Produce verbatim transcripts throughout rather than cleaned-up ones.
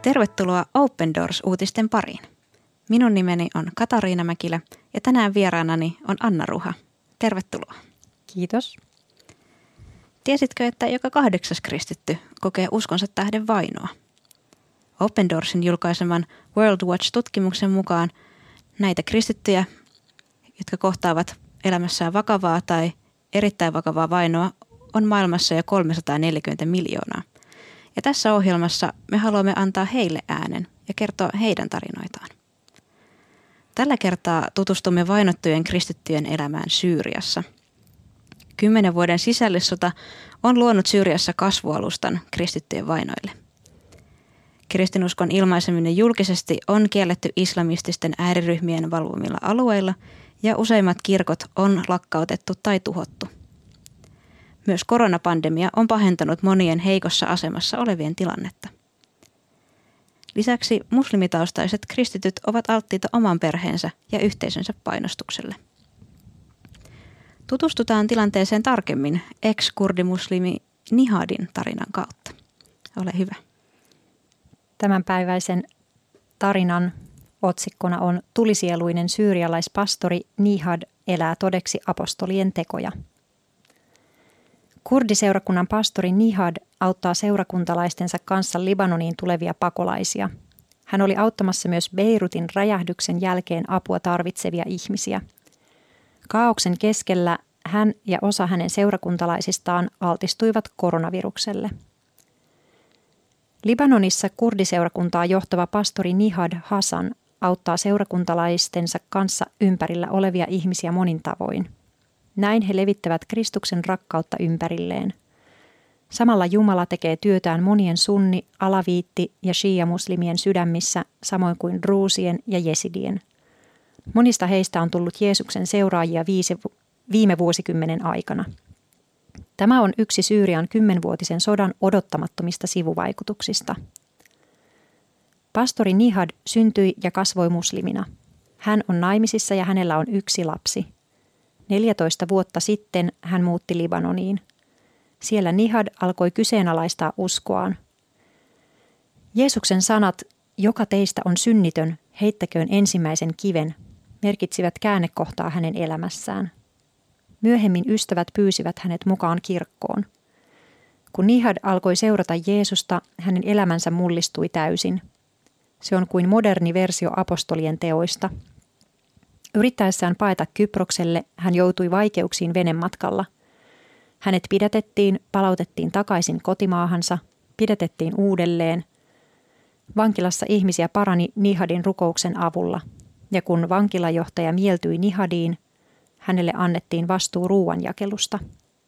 Tervetuloa Open Doors-uutisten pariin. Minun nimeni on Katariina Mäkilä ja tänään vieraanani on Anna Ruha. Tervetuloa. Kiitos. Tiesitkö, että joka kahdeksas kristitty kokee uskonsa tähden vainoa? Open Doorsin julkaiseman World Watch-tutkimuksen mukaan näitä kristittyjä, jotka kohtaavat elämässään vakavaa tai erittäin vakavaa vainoa, on maailmassa jo kolmesataaneljäkymmentä miljoonaa. Ja tässä ohjelmassa me haluamme antaa heille äänen ja kertoa heidän tarinoitaan. Tällä kertaa tutustumme vainottujen kristittyjen elämään Syyriassa. Kymmenen vuoden sisällissota on luonut Syyriassa kasvualustan kristittyjen vainoille. Kristinuskon ilmaiseminen julkisesti on kielletty islamististen ääriryhmien valvomilla alueilla ja useimmat kirkot on lakkautettu tai tuhottu. Myös koronapandemia on pahentanut monien heikossa asemassa olevien tilannetta. Lisäksi muslimitaustaiset kristityt ovat alttiita oman perheensä ja yhteisönsä painostukselle. Tutustutaan tilanteeseen tarkemmin ex-kurdimuslimi Nihadin tarinan kautta. Ole hyvä. Tämänpäiväisen tarinan otsikkona on Tulisieluinen syyrialaispastori Nihad elää todeksi apostolien tekoja. Kurdiseurakunnan pastori Nihad auttaa seurakuntalaistensa kanssa Libanoniin tulevia pakolaisia. Hän oli auttamassa myös Beirutin räjähdyksen jälkeen apua tarvitsevia ihmisiä. Kaaoksen keskellä hän ja osa hänen seurakuntalaisistaan altistuivat koronavirukselle. Libanonissa kurdiseurakuntaa johtava pastori Nihad Hasan auttaa seurakuntalaistensa kanssa ympärillä olevia ihmisiä monin tavoin. Näin he levittävät Kristuksen rakkautta ympärilleen. Samalla Jumala tekee työtään monien sunni, alaviitti ja shia-muslimien sydämissä, samoin kuin druusien ja jesidien. Monista heistä on tullut Jeesuksen seuraajia viisi, viime vuosikymmenen aikana. Tämä on yksi Syyrian kymmenvuotisen sodan odottamattomista sivuvaikutuksista. Pastori Nihad syntyi ja kasvoi muslimina. Hän on naimisissa ja hänellä on yksi lapsi. neljätoista vuotta sitten hän muutti Libanoniin. Siellä Nihad alkoi kyseenalaistaa uskoaan. Jeesuksen sanat, joka teistä on synnitön, heittäköön ensimmäisen kiven, merkitsivät käännekohtaa hänen elämässään. Myöhemmin ystävät pyysivät hänet mukaan kirkkoon. Kun Nihad alkoi seurata Jeesusta, hänen elämänsä mullistui täysin. Se on kuin moderni versio apostolien teoista. Yrittäessään paeta Kyprokselle hän joutui vaikeuksiin venematkalla. Hänet pidätettiin, palautettiin takaisin kotimaahansa, pidätettiin uudelleen. Vankilassa ihmisiä parani Nihadin rukouksen avulla, ja kun vankilajohtaja mieltyi Nihadiin, hänelle annettiin vastuu ruuanjakelusta.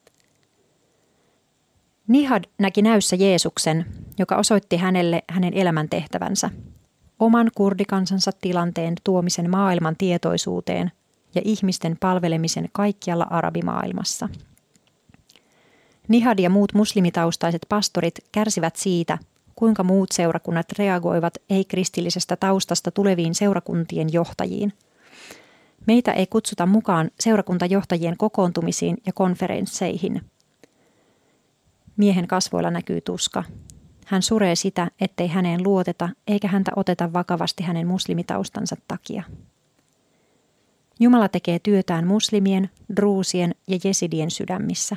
Nihad näki näyssä Jeesuksen, joka osoitti hänelle hänen elämäntehtävänsä. Oman kurdikansansa tilanteen tuomisen maailman tietoisuuteen ja ihmisten palvelemisen kaikkialla arabimaailmassa. Nihad ja muut muslimitaustaiset pastorit kärsivät siitä, kuinka muut seurakunnat reagoivat ei-kristillisestä taustasta tuleviin seurakuntien johtajiin. Meitä ei kutsuta mukaan seurakuntajohtajien kokoontumisiin ja konferensseihin. Miehen kasvoilla näkyy tuska. Hän suree sitä, ettei häneen luoteta eikä häntä oteta vakavasti hänen muslimitaustansa takia. Jumala tekee työtään muslimien, druusien ja jesidien sydämissä.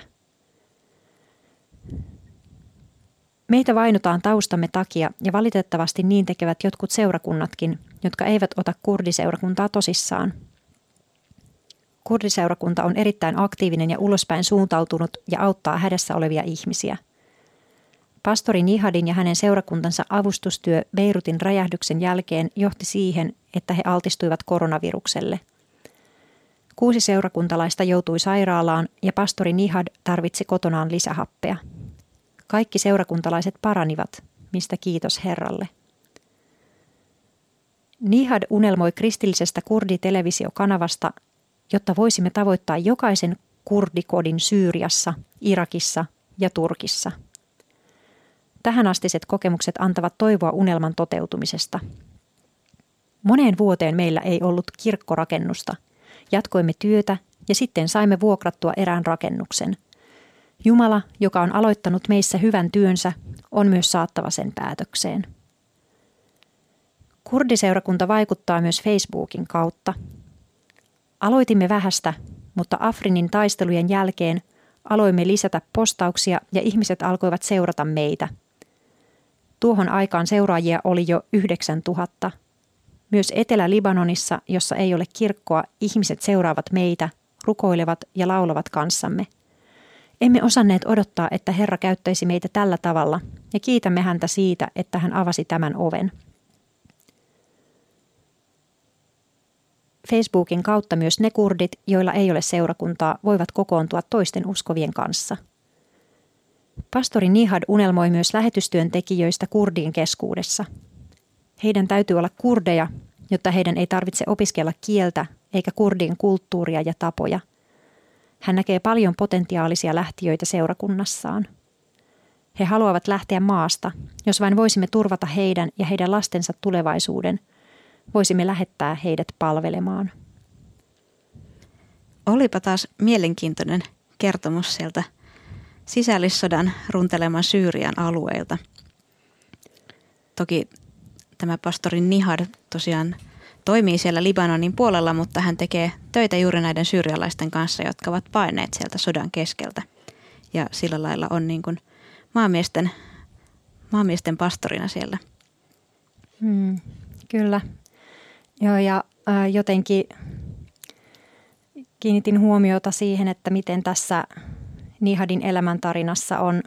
Meitä vainotaan taustamme takia ja valitettavasti niin tekevät jotkut seurakunnatkin, jotka eivät ota kurdiseurakuntaa tosissaan. Kurdiseurakunta on erittäin aktiivinen ja ulospäin suuntautunut ja auttaa hädässä olevia ihmisiä. Pastori Nihadin ja hänen seurakuntansa avustustyö Beirutin räjähdyksen jälkeen johti siihen, että he altistuivat koronavirukselle. Kuusi seurakuntalaista joutui sairaalaan ja pastori Nihad tarvitsi kotonaan lisähappea. Kaikki seurakuntalaiset paranivat, mistä kiitos Herralle. Nihad unelmoi kristillisestä kurditelevisiokanavasta, jotta voisimme tavoittaa jokaisen kurdikodin Syyriassa, Irakissa ja Turkissa. Tähänastiset kokemukset antavat toivoa unelman toteutumisesta. Moneen vuoteen meillä ei ollut kirkkorakennusta. Jatkoimme työtä ja sitten saimme vuokrattua erään rakennuksen. Jumala, joka on aloittanut meissä hyvän työnsä, on myös saattava sen päätökseen. Kurdiseurakunta vaikuttaa myös Facebookin kautta. Aloitimme vähästä, mutta Afrinin taistelujen jälkeen aloimme lisätä postauksia ja ihmiset alkoivat seurata meitä. Tuohon aikaan seuraajia oli jo yhdeksäntuhatta. Myös Etelä-Libanonissa, jossa ei ole kirkkoa, ihmiset seuraavat meitä, rukoilevat ja laulavat kanssamme. Emme osanneet odottaa, että Herra käyttäisi meitä tällä tavalla, ja kiitämme häntä siitä, että hän avasi tämän oven. Facebookin kautta myös ne kurdit, joilla ei ole seurakuntaa, voivat kokoontua toisten uskovien kanssa. Pastori Nihad unelmoi myös lähetystyöntekijöistä kurdien keskuudessa. Heidän täytyy olla kurdeja, jotta heidän ei tarvitse opiskella kieltä eikä kurdien kulttuuria ja tapoja. Hän näkee paljon potentiaalisia lähtijöitä seurakunnassaan. He haluavat lähteä maasta, jos vain voisimme turvata heidän ja heidän lastensa tulevaisuuden. Voisimme lähettää heidät palvelemaan. Olipa taas mielenkiintoinen kertomus sieltä sisällissodan runteleman Syyrian alueelta. Toki tämä pastori Nihad tosiaan toimii siellä Libanonin puolella, mutta hän tekee töitä juuri näiden syyrialaisten kanssa, jotka ovat paineet sieltä sodan keskeltä. Ja sillä lailla on niin kuin maamiesten, maamiesten pastorina siellä. Hmm, kyllä. Joo, ja ä, jotenkin kiinnitin huomiota siihen, että miten tässä Nihadin elämäntarinassa on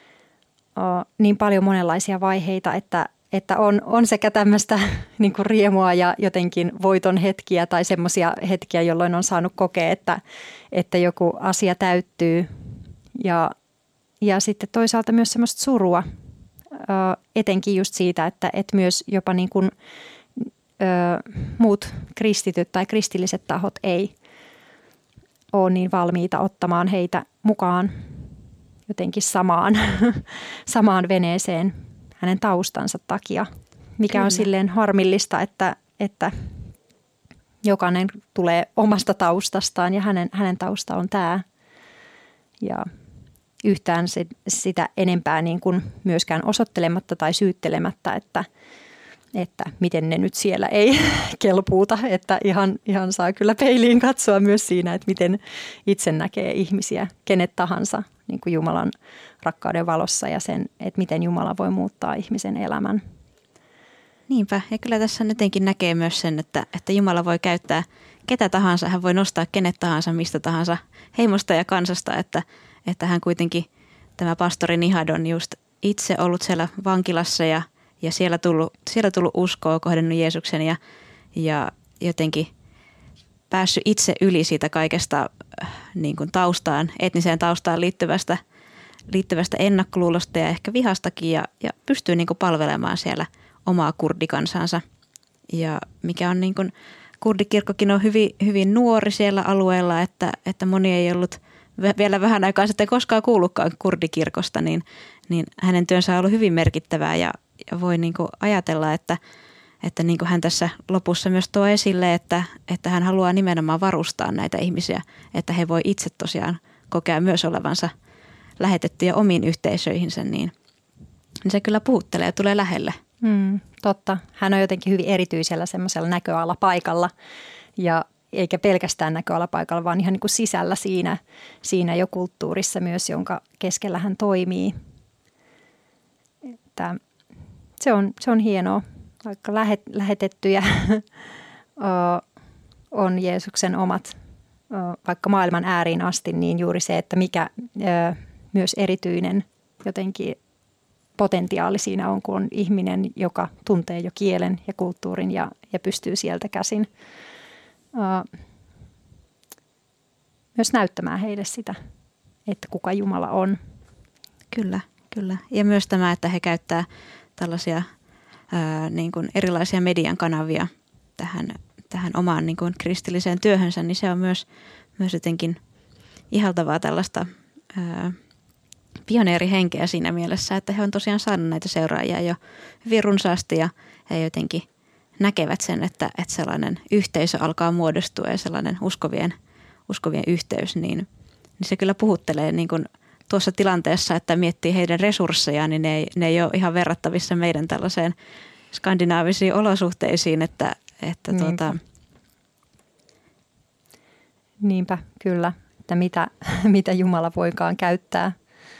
o, niin paljon monenlaisia vaiheita, että, että on, on sekä tämmöistä niin kuin riemua ja jotenkin voiton hetkiä tai semmoisia hetkiä, jolloin on saanut kokea, että, että joku asia täyttyy. Ja, ja sitten toisaalta myös semmoista surua, ö, etenkin just siitä, että, että myös jopa niin kuin Ö, muut kristityt tai kristilliset tahot ei ole niin valmiita ottamaan heitä mukaan jotenkin samaan, samaan veneeseen hänen taustansa takia, mikä Kyllä. on silleen harmillista, että, että jokainen tulee omasta taustastaan ja hänen, hänen tausta on tämä. Ja yhtään se, sitä enempää niin kuin myöskään osoittelematta tai syyttelemättä, että että miten ne nyt siellä ei kelpuuta, että ihan, ihan saa kyllä peiliin katsoa myös siinä, että miten itse näkee ihmisiä, kenet tahansa niin kuin Jumalan rakkauden valossa ja sen, että miten Jumala voi muuttaa ihmisen elämän. Niinpä, ja kyllä tässä jotenkin näkee myös sen, että, että Jumala voi käyttää ketä tahansa, hän voi nostaa kenet tahansa, mistä tahansa heimosta ja kansasta, että, että hän kuitenkin, tämä pastori Nihad on just itse ollut siellä vankilassa ja Ja siellä tullut, siellä tullut uskoa, kohdannut Jeesuksen ja, ja jotenkin päässyt itse yli siitä kaikesta niin kuin taustaan, etniseen taustaan liittyvästä, liittyvästä ennakkoluulosta ja ehkä vihastakin ja, ja pystyy niin kuin palvelemaan siellä omaa kurdikansansa. Ja mikä on niin kuin, kurdikirkkokin on hyvin, hyvin nuori siellä alueella, että, että moni ei ollut vielä vähän aikaa sitten koskaan kuullutkaan kurdikirkosta, niin, niin hänen työnsä on ollut hyvin merkittävää ja Ja voi niin kuin ajatella, että, että niin kuin hän tässä lopussa myös tuo esille, että, että hän haluaa nimenomaan varustaa näitä ihmisiä, että he voi itse tosiaan kokea myös olevansa lähetettyjä omiin yhteisöihinsä, niin, niin se kyllä puhuttelee ja tulee lähelle. Mm, totta. Hän on jotenkin hyvin erityisellä semmoisella näköalapaikalla ja eikä pelkästään näköalapaikalla, vaan ihan niin kuin sisällä siinä, siinä jo kulttuurissa myös, jonka keskellä hän toimii. Että Se on, se on hienoa, vaikka lähet, lähetettyjä on Jeesuksen omat, vaikka maailman ääriin asti, niin juuri se, että mikä myös erityinen jotenkin potentiaali siinä on, kun on ihminen, joka tuntee jo kielen ja kulttuurin ja, ja pystyy sieltä käsin myös näyttämään heille sitä, että kuka Jumala on. Kyllä, kyllä. Ja myös tämä, että he käyttää tällaisia ää, niin kuin erilaisia median kanavia tähän, tähän omaan niin kuin kristilliseen työhönsä, niin se on myös, myös jotenkin ihaltavaa tällaista ää, pioneerihenkeä siinä mielessä, että he on tosiaan saanut näitä seuraajia jo hyvin runsaasti ja he jotenkin näkevät sen, että, että sellainen yhteisö alkaa muodostua ja sellainen uskovien, uskovien yhteys, niin, niin se kyllä puhuttelee niin kuin tuossa tilanteessa, että miettii heidän resurssejaan, niin ne ei, ne ei ole ihan verrattavissa meidän tällaiseen skandinaavisiin olosuhteisiin, että, että Niinpä. tuota... Niinpä, kyllä. Että mitä, mitä Jumala voikaan käyttää,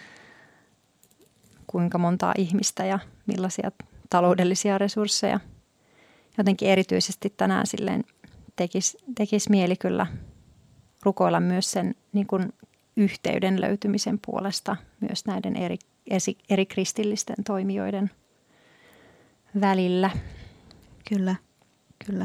kuinka montaa ihmistä ja millaisia taloudellisia resursseja. Jotenkin erityisesti tänään silleen tekisi, tekisi mieli kyllä rukoilla myös sen niin kuin yhteyden löytymisen puolesta myös näiden eri, eri, eri kristillisten toimijoiden välillä. Kyllä, kyllä.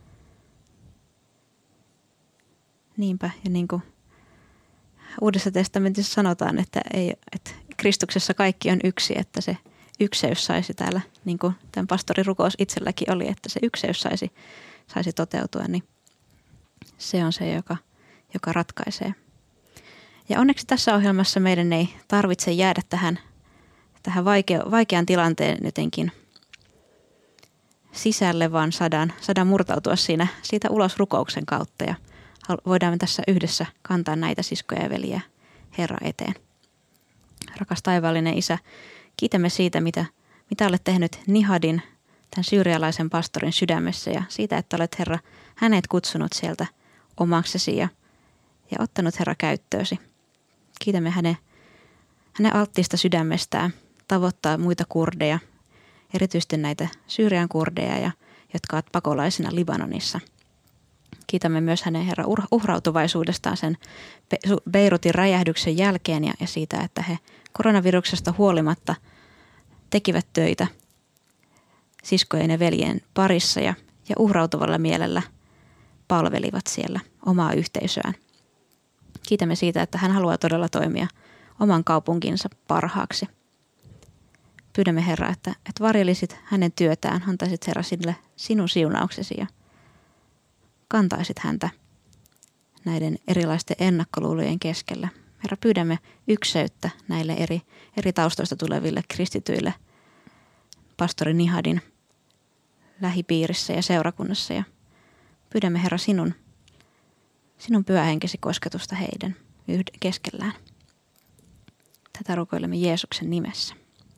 Niinpä, ja niin kuin Uudessa testamentissa sanotaan, että, ei, että Kristuksessa kaikki on yksi, että se ykseys saisi täällä, niin kuin tämän pastorin rukous itselläkin oli, että se ykseys saisi, saisi toteutua, niin se on se, joka, joka ratkaisee. Ja onneksi tässä ohjelmassa meidän ei tarvitse jäädä tähän, tähän vaikea, vaikean tilanteen jotenkin sisälle, vaan saadaan, saadaan murtautua siinä, siitä ulos rukouksen kautta ja voidaan me tässä yhdessä kantaa näitä siskoja ja veljiä Herran eteen. Rakas taivaallinen Isä, kiitämme siitä, mitä, mitä olet tehnyt Nihadin, tämän syyrialaisen pastorin sydämessä ja siitä, että olet Herra hänet kutsunut sieltä omaksesi ja, ja ottanut Herra käyttöösi. Kiitämme hänen, hänen alttista sydämestään tavoittaa muita kurdeja, erityisesti näitä Syyrian kurdeja, ja, jotka ovat pakolaisina Libanonissa. Kiitämme myös hänen Herra uhrautuvaisuudestaan sen Beirutin räjähdyksen jälkeen ja, ja siitä, että he koronaviruksesta huolimatta tekivät töitä siskojen ja veljen parissa ja, ja uhrautuvalla mielellä palvelivat siellä omaa yhteisöään. Kiitämme siitä, että hän haluaa todella toimia oman kaupunkinsa parhaaksi. Pyydämme Herra, että, että varjelisit hänen työtään, antaisit Herra sille sinun siunauksesi ja kantaisit häntä näiden erilaisten ennakkoluulojen keskellä. Herra, pyydämme ykseyttä näille eri, eri taustoista tuleville kristityille pastori Nihadin lähipiirissä ja seurakunnassa. Ja pyydämme Herra sinun, sinun pyhähenkesi kosketusta heidän keskellään. Tätä rukoilemme Jeesuksen nimessä.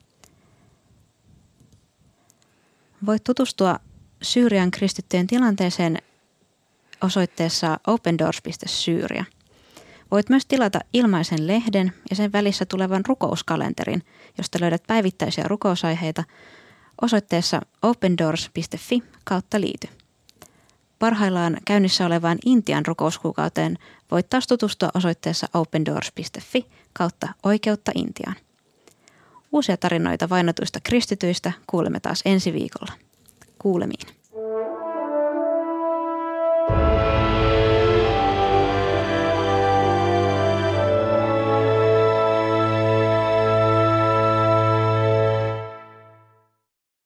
Voit tutustua Syyrian kristittyjen tilanteeseen osoitteessa opendoors piste syyria. Voit myös tilata ilmaisen lehden ja sen välissä tulevan rukouskalenterin, josta löydät päivittäisiä rukousaiheita osoitteessa opendoors piste fi kautta liity. Parhaillaan käynnissä olevaan Intian rukouskuukauteen voit taas tutustua osoitteessa opendoors piste fi kautta oikeutta Intiaan. Uusia tarinoita vainotuista kristityistä kuulemme taas ensi viikolla. Kuulemiin.